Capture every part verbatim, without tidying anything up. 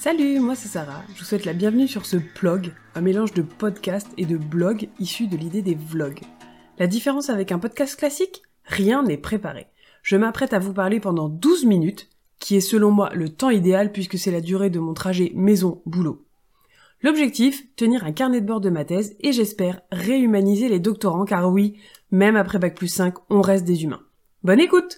Salut, moi c'est Sarah, je vous souhaite la bienvenue sur ce plog, un mélange de podcast et de blog issu de l'idée des vlogs. La différence avec un podcast classique ? Rien n'est préparé. Je m'apprête à vous parler pendant douze minutes, qui est selon moi le temps idéal puisque c'est la durée de mon trajet maison-boulot. L'objectif, tenir un carnet de bord de ma thèse et j'espère réhumaniser les doctorants car oui, même après bac plus cinq, on reste des humains. Bonne écoute!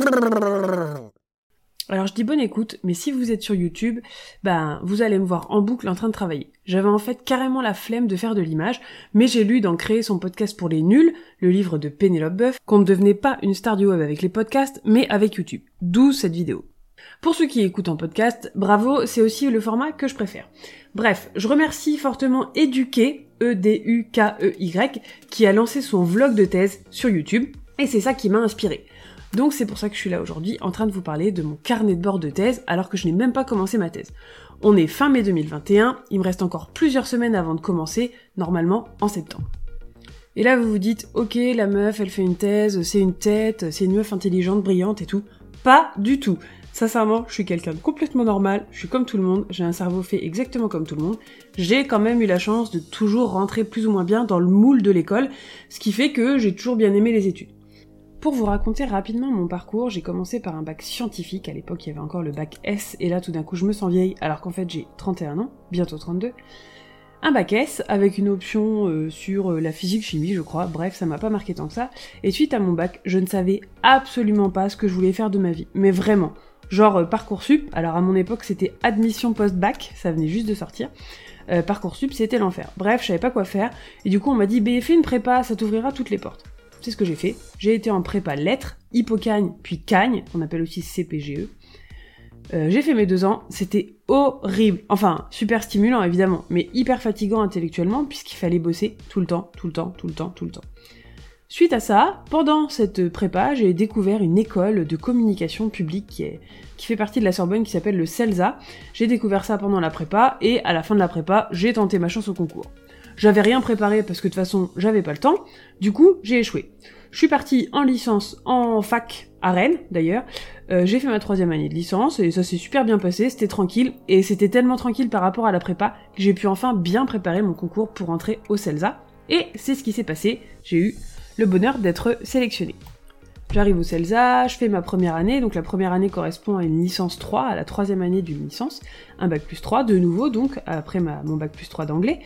Alors je dis bonne écoute, mais si vous êtes sur YouTube, ben vous allez me voir en boucle en train de travailler. J'avais en fait carrément la flemme de faire de l'image, mais j'ai lu dans Créer son podcast pour les nuls, le livre de Pénélope Boeuf, qu'on ne devenait pas une star du web avec les podcasts, mais avec YouTube. D'où cette vidéo. Pour ceux qui écoutent en podcast, bravo, c'est aussi le format que je préfère. Bref, je remercie fortement Eduqué, E D U K E Y, qui a lancé son vlog de thèse sur YouTube, et c'est ça qui m'a inspiré. Donc c'est pour ça que je suis là aujourd'hui en train de vous parler de mon carnet de bord de thèse alors que je n'ai même pas commencé ma thèse. On est fin mai deux mille vingt et un, il me reste encore plusieurs semaines avant de commencer, normalement en septembre. Et là vous vous dites, ok la meuf elle fait une thèse, c'est une tête, c'est une meuf intelligente, brillante et tout. Pas du tout. Sincèrement, je suis quelqu'un de complètement normal, je suis comme tout le monde, j'ai un cerveau fait exactement comme tout le monde. J'ai quand même eu la chance de toujours rentrer plus ou moins bien dans le moule de l'école, ce qui fait que j'ai toujours bien aimé les études. Pour vous raconter rapidement mon parcours, j'ai commencé par un bac scientifique, à l'époque il y avait encore le bac S, et là tout d'un coup je me sens vieille, alors qu'en fait j'ai trente et un ans, bientôt trente-deux. Un bac S, avec une option euh, sur euh, la physique-chimie je crois, bref ça m'a pas marqué tant que ça, et suite à mon bac, je ne savais absolument pas ce que je voulais faire de ma vie, mais vraiment, genre euh, Parcoursup, alors à mon époque c'était admission post-bac, ça venait juste de sortir, euh, Parcoursup c'était l'enfer, bref je savais pas quoi faire, et du coup on m'a dit bah fais une prépa, ça t'ouvrira toutes les portes. C'est ce que j'ai fait. J'ai été en prépa lettres, Hippocagne, puis Cagne, qu'on appelle aussi C P G E. Euh, j'ai fait mes deux ans, c'était horrible. Enfin, super stimulant évidemment, mais hyper fatigant intellectuellement, puisqu'il fallait bosser tout le temps, tout le temps, tout le temps, tout le temps. Suite à ça, pendant cette prépa, j'ai découvert une école de communication publique qui, est, qui fait partie de la Sorbonne, qui s'appelle le CELSA. J'ai découvert ça pendant la prépa, et à la fin de la prépa, j'ai tenté ma chance au concours. J'avais rien préparé parce que de toute façon, j'avais pas le temps. Du coup, j'ai échoué. Je suis partie en licence en fac à Rennes, d'ailleurs. Euh, j'ai fait ma troisième année de licence et ça s'est super bien passé, c'était tranquille. Et c'était tellement tranquille par rapport à la prépa que j'ai pu enfin bien préparer mon concours pour entrer au CELSA. Et c'est ce qui s'est passé. J'ai eu le bonheur d'être sélectionnée. J'arrive au CELSA, je fais ma première année, donc la première année correspond à une licence trois, à la troisième année d'une licence. Un bac plus trois, de nouveau, donc, après ma, mon bac plus trois d'anglais.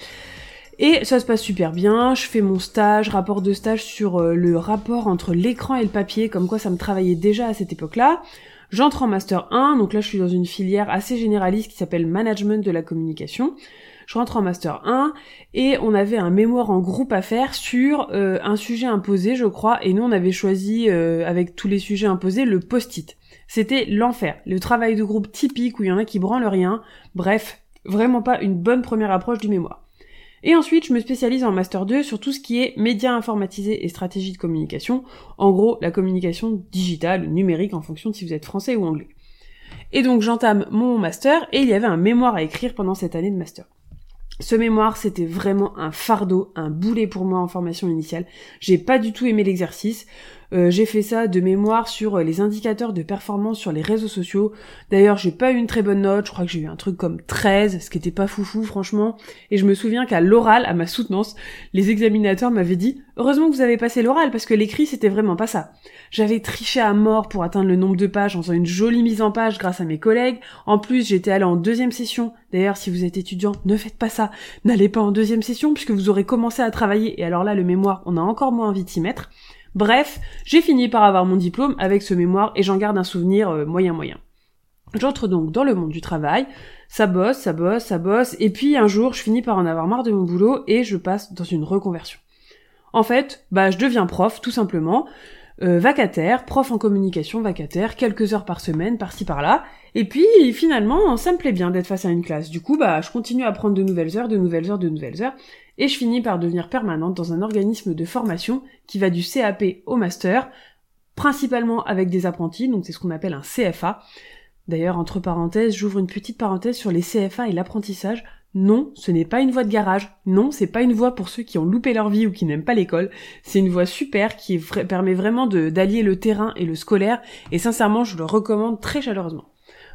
Et ça se passe super bien, je fais mon stage, rapport de stage sur euh, le rapport entre l'écran et le papier, comme quoi ça me travaillait déjà à cette époque-là. J'entre en master un, donc là je suis dans une filière assez généraliste qui s'appelle Management de la communication. Je rentre en master un, et on avait un mémoire en groupe à faire sur euh, un sujet imposé, je crois, et nous on avait choisi, euh, avec tous les sujets imposés, le post-it. C'était l'enfer, le travail de groupe typique où il y en a qui branlent rien, bref, vraiment pas une bonne première approche du mémoire. Et ensuite, je me spécialise en master deux sur tout ce qui est médias informatisés et stratégie de communication. En gros, la communication digitale, numérique, en fonction de si vous êtes français ou anglais. Et donc, j'entame mon master et il y avait un mémoire à écrire pendant cette année de master. Ce mémoire, c'était vraiment un fardeau, un boulet pour moi en formation initiale. J'ai pas du tout aimé l'exercice. Euh, j'ai fait ça de mémoire sur les indicateurs de performance sur les réseaux sociaux. D'ailleurs, j'ai pas eu une très bonne note. Je crois que j'ai eu un truc comme treize, ce qui était pas foufou, franchement. Et je me souviens qu'à l'oral, à ma soutenance, les examinateurs m'avaient dit « Heureusement que vous avez passé l'oral, parce que l'écrit, c'était vraiment pas ça. » J'avais triché à mort pour atteindre le nombre de pages en faisant une jolie mise en page grâce à mes collègues. En plus, j'étais allée en deuxième session. D'ailleurs, si vous êtes étudiant, ne faites pas ça. N'allez pas en deuxième session, puisque vous aurez commencé à travailler. Et alors là, le mémoire, on a encore moins envie de s'y mettre. Bref, j'ai fini par avoir mon diplôme avec ce mémoire et j'en garde un souvenir euh, moyen moyen. J'entre donc dans le monde du travail, ça bosse, ça bosse, ça bosse, et puis un jour je finis par en avoir marre de mon boulot et je passe dans une reconversion. En fait, bah je deviens prof tout simplement, euh, vacataire, prof en communication vacataire, quelques heures par semaine, par-ci par-là, et puis finalement ça me plaît bien d'être face à une classe. Du coup bah je continue à prendre de nouvelles heures, de nouvelles heures, de nouvelles heures, et je finis par devenir permanente dans un organisme de formation qui va du C A P au master, principalement avec des apprentis, donc c'est ce qu'on appelle un C F A. D'ailleurs, entre parenthèses, j'ouvre une petite parenthèse sur les C F A et l'apprentissage. Non, ce n'est pas une voie de garage. Non, c'est pas une voie pour ceux qui ont loupé leur vie ou qui n'aiment pas l'école. C'est une voie super qui vra- permet vraiment de, d'allier le terrain et le scolaire, et sincèrement, je le recommande très chaleureusement.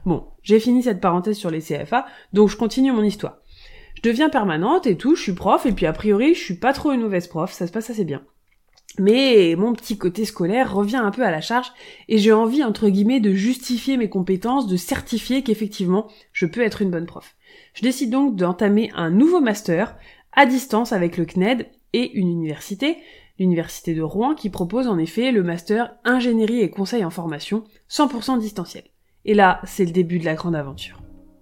Bon, j'ai fini cette parenthèse sur les C F A, donc je continue mon histoire. Je deviens permanente et tout, je suis prof, et puis a priori, je suis pas trop une mauvaise prof, ça se passe assez bien. Mais mon petit côté scolaire revient un peu à la charge, et j'ai envie, entre guillemets, de justifier mes compétences, de certifier qu'effectivement, je peux être une bonne prof. Je décide donc d'entamer un nouveau master, à distance avec le C N E D et une université, l'université de Rouen, qui propose en effet le master ingénierie et conseil en formation, cent pour cent distanciel. Et là, c'est le début de la grande aventure.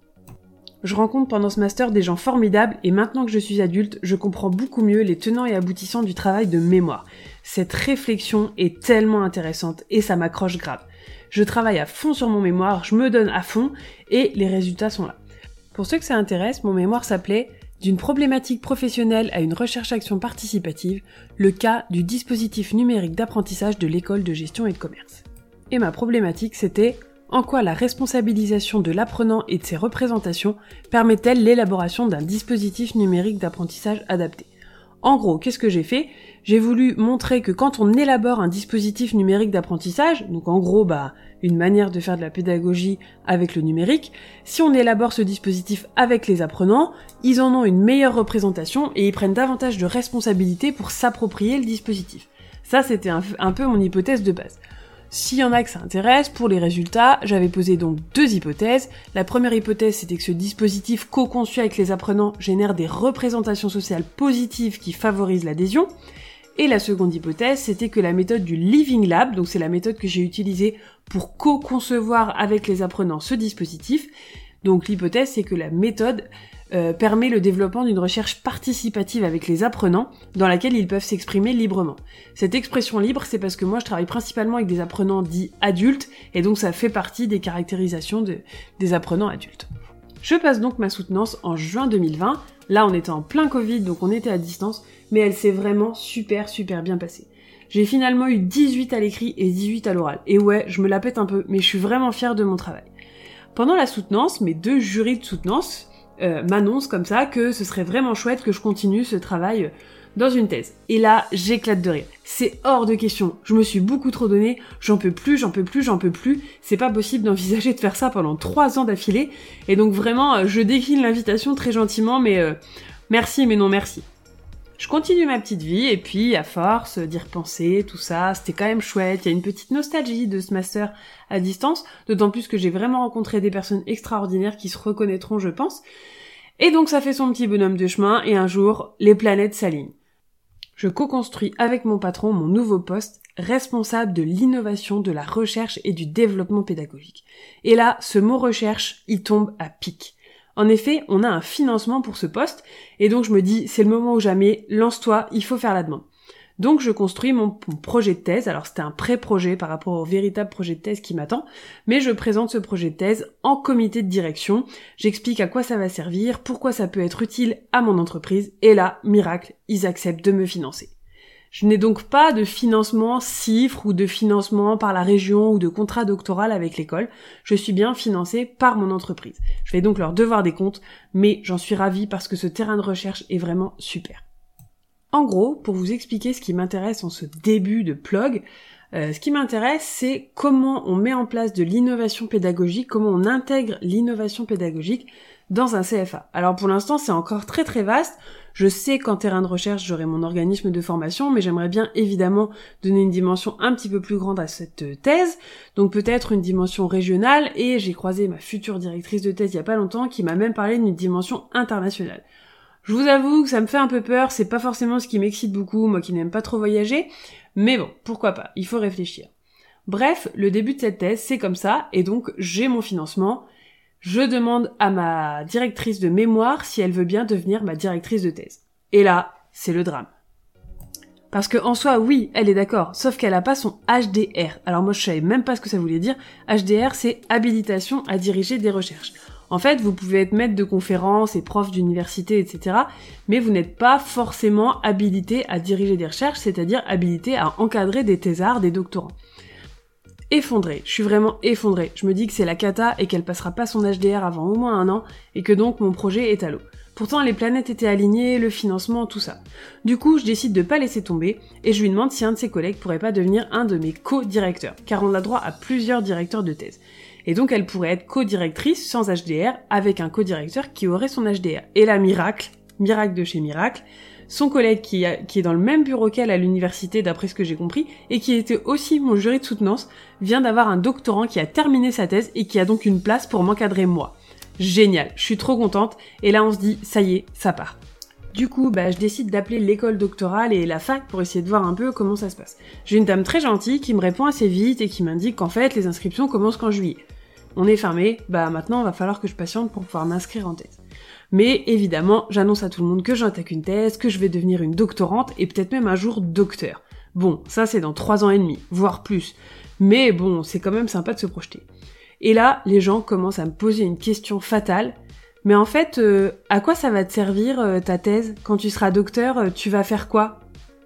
Je rencontre pendant ce master des gens formidables et maintenant que je suis adulte, je comprends beaucoup mieux les tenants et aboutissants du travail de mémoire. Cette réflexion est tellement intéressante et ça m'accroche grave. Je travaille à fond sur mon mémoire, je me donne à fond et les résultats sont là. Pour ceux que ça intéresse, mon mémoire s'appelait « D'une problématique professionnelle à une recherche-action participative, le cas du dispositif numérique d'apprentissage de l'école de gestion et de commerce ». Et ma problématique c'était « En quoi la responsabilisation de l'apprenant et de ses représentations permet-elle l'élaboration d'un dispositif numérique d'apprentissage adapté ?» En gros, qu'est-ce que j'ai fait ? J'ai voulu montrer que quand on élabore un dispositif numérique d'apprentissage, donc en gros, bah, une manière de faire de la pédagogie avec le numérique, si on élabore ce dispositif avec les apprenants, ils en ont une meilleure représentation et ils prennent davantage de responsabilités pour s'approprier le dispositif. Ça, c'était un, un peu mon hypothèse de base. S'il y en a que ça intéresse, pour les résultats, j'avais posé donc deux hypothèses. La première hypothèse, c'était que ce dispositif co-conçu avec les apprenants génère des représentations sociales positives qui favorisent l'adhésion. Et la seconde hypothèse, c'était que la méthode du Living Lab, donc c'est la méthode que j'ai utilisée pour co-concevoir avec les apprenants ce dispositif. Donc l'hypothèse, c'est que la méthode euh, permet le développement d'une recherche participative avec les apprenants, dans laquelle ils peuvent s'exprimer librement. Cette expression libre, c'est parce que moi je travaille principalement avec des apprenants dits adultes, et donc ça fait partie des caractérisations de, des apprenants adultes. Je passe donc ma soutenance en juin deux mille vingt, là on était en plein Covid, donc on était à distance, mais elle s'est vraiment super super bien passée. J'ai finalement eu dix-huit à l'écrit et dix-huit à l'oral, et ouais, je me la pète un peu, mais je suis vraiment fière de mon travail. Pendant la soutenance, mes deux jurys de soutenance euh, m'annoncent comme ça que ce serait vraiment chouette que je continue ce travail dans une thèse. Et là, j'éclate de rire. C'est hors de question. Je me suis beaucoup trop donné, j'en peux plus, j'en peux plus, j'en peux plus. C'est pas possible d'envisager de faire ça pendant trois ans d'affilée. Et donc vraiment, euh, je décline l'invitation très gentiment, mais euh, merci, mais non merci. Je continue ma petite vie, et puis, à force d'y repenser, tout ça, c'était quand même chouette, il y a une petite nostalgie de ce master à distance, d'autant plus que j'ai vraiment rencontré des personnes extraordinaires qui se reconnaîtront, je pense. Et donc ça fait son petit bonhomme de chemin, et un jour, les planètes s'alignent. Je co-construis avec mon patron mon nouveau poste, responsable de l'innovation, de la recherche et du développement pédagogique. Et là, ce mot recherche, il tombe à pic. En effet, on a un financement pour ce poste, et donc je me dis, c'est le moment ou jamais, lance-toi, il faut faire la demande. Donc je construis mon, mon projet de thèse, alors c'était un pré-projet par rapport au véritable projet de thèse qui m'attend, mais je présente ce projet de thèse en comité de direction, j'explique à quoi ça va servir, pourquoi ça peut être utile à mon entreprise, et là, miracle, ils acceptent de me financer. Je n'ai donc pas de financement CIFRE ou de financement par la région ou de contrat doctoral avec l'école. Je suis bien financée par mon entreprise. Je vais donc leur devoir des comptes, mais j'en suis ravie parce que ce terrain de recherche est vraiment super. En gros, pour vous expliquer ce qui m'intéresse en ce début de plug, euh, ce qui m'intéresse, c'est comment on met en place de l'innovation pédagogique, comment on intègre l'innovation pédagogique dans un C F A. Alors pour l'instant, c'est encore très très vaste. Je sais qu'en terrain de recherche, j'aurai mon organisme de formation, mais j'aimerais bien évidemment donner une dimension un petit peu plus grande à cette thèse, donc peut-être une dimension régionale, et j'ai croisé ma future directrice de thèse il y a pas longtemps qui m'a même parlé d'une dimension internationale. Je vous avoue que ça me fait un peu peur, c'est pas forcément ce qui m'excite beaucoup, moi qui n'aime pas trop voyager, mais bon, pourquoi pas, il faut réfléchir. Bref, le début de cette thèse, c'est comme ça, et donc j'ai mon financement. Je demande à ma directrice de mémoire si elle veut bien devenir ma directrice de thèse. Et là, c'est le drame. Parce que en soi, oui, elle est d'accord, sauf qu'elle a pas son H D R. Alors moi, je savais même pas ce que ça voulait dire. H D R, c'est habilitation à diriger des recherches. En fait, vous pouvez être maître de conférences et prof d'université, et cetera, mais vous n'êtes pas forcément habilité à diriger des recherches, c'est-à-dire habilité à encadrer des thésards, des doctorants. Effondrée, je suis vraiment effondrée. Je me dis que c'est la cata et qu'elle passera pas son H D R avant au moins un an, et que donc mon projet est à l'eau. Pourtant, les planètes étaient alignées, le financement, tout ça. Du coup, je décide de pas laisser tomber, et je lui demande si un de ses collègues pourrait pas devenir un de mes co-directeurs, car on a droit à plusieurs directeurs de thèse. Et donc elle pourrait être co-directrice sans H D R avec un co-directeur qui aurait son H D R. Et là, miracle, miracle de chez miracle, son collègue qui, a, qui est dans le même bureau qu'elle à l'université d'après ce que j'ai compris, et qui était aussi mon jury de soutenance, vient d'avoir un doctorant qui a terminé sa thèse et qui a donc une place pour m'encadrer moi. Génial, je suis trop contente, et là on se dit, ça y est, ça part. Du coup, bah, je décide d'appeler l'école doctorale et la fac pour essayer de voir un peu comment ça se passe. J'ai une dame très gentille qui me répond assez vite et qui m'indique qu'en fait, les inscriptions commencent qu'en juillet. On est fermé, bah maintenant, il va falloir que je patiente pour pouvoir m'inscrire en thèse. Mais évidemment, j'annonce à tout le monde que j'attaque une thèse, que je vais devenir une doctorante et peut-être même un jour docteur. Bon, ça c'est dans trois ans et demi, voire plus. Mais bon, c'est quand même sympa de se projeter. Et là, les gens commencent à me poser une question fatale. Mais en fait, euh, à quoi ça va te servir euh, ta thèse? Quand tu seras docteur, euh, tu vas faire quoi?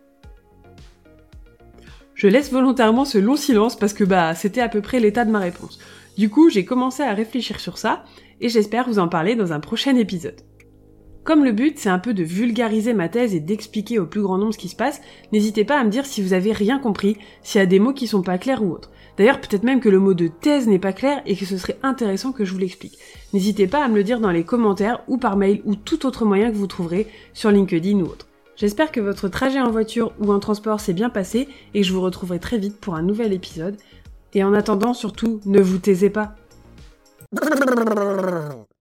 Je laisse volontairement ce long silence parce que bah c'était à peu près l'état de ma réponse. Du coup, j'ai commencé à réfléchir sur ça et j'espère vous en parler dans un prochain épisode. Comme le but, c'est un peu de vulgariser ma thèse et d'expliquer au plus grand nombre ce qui se passe, n'hésitez pas à me dire si vous avez rien compris, s'il y a des mots qui sont pas clairs ou autres. D'ailleurs, peut-être même que le mot de thèse n'est pas clair et que ce serait intéressant que je vous l'explique. N'hésitez pas à me le dire dans les commentaires ou par mail ou tout autre moyen que vous trouverez sur LinkedIn ou autre. J'espère que votre trajet en voiture ou en transport s'est bien passé et que je vous retrouverai très vite pour un nouvel épisode. Et en attendant, surtout, ne vous taisez pas.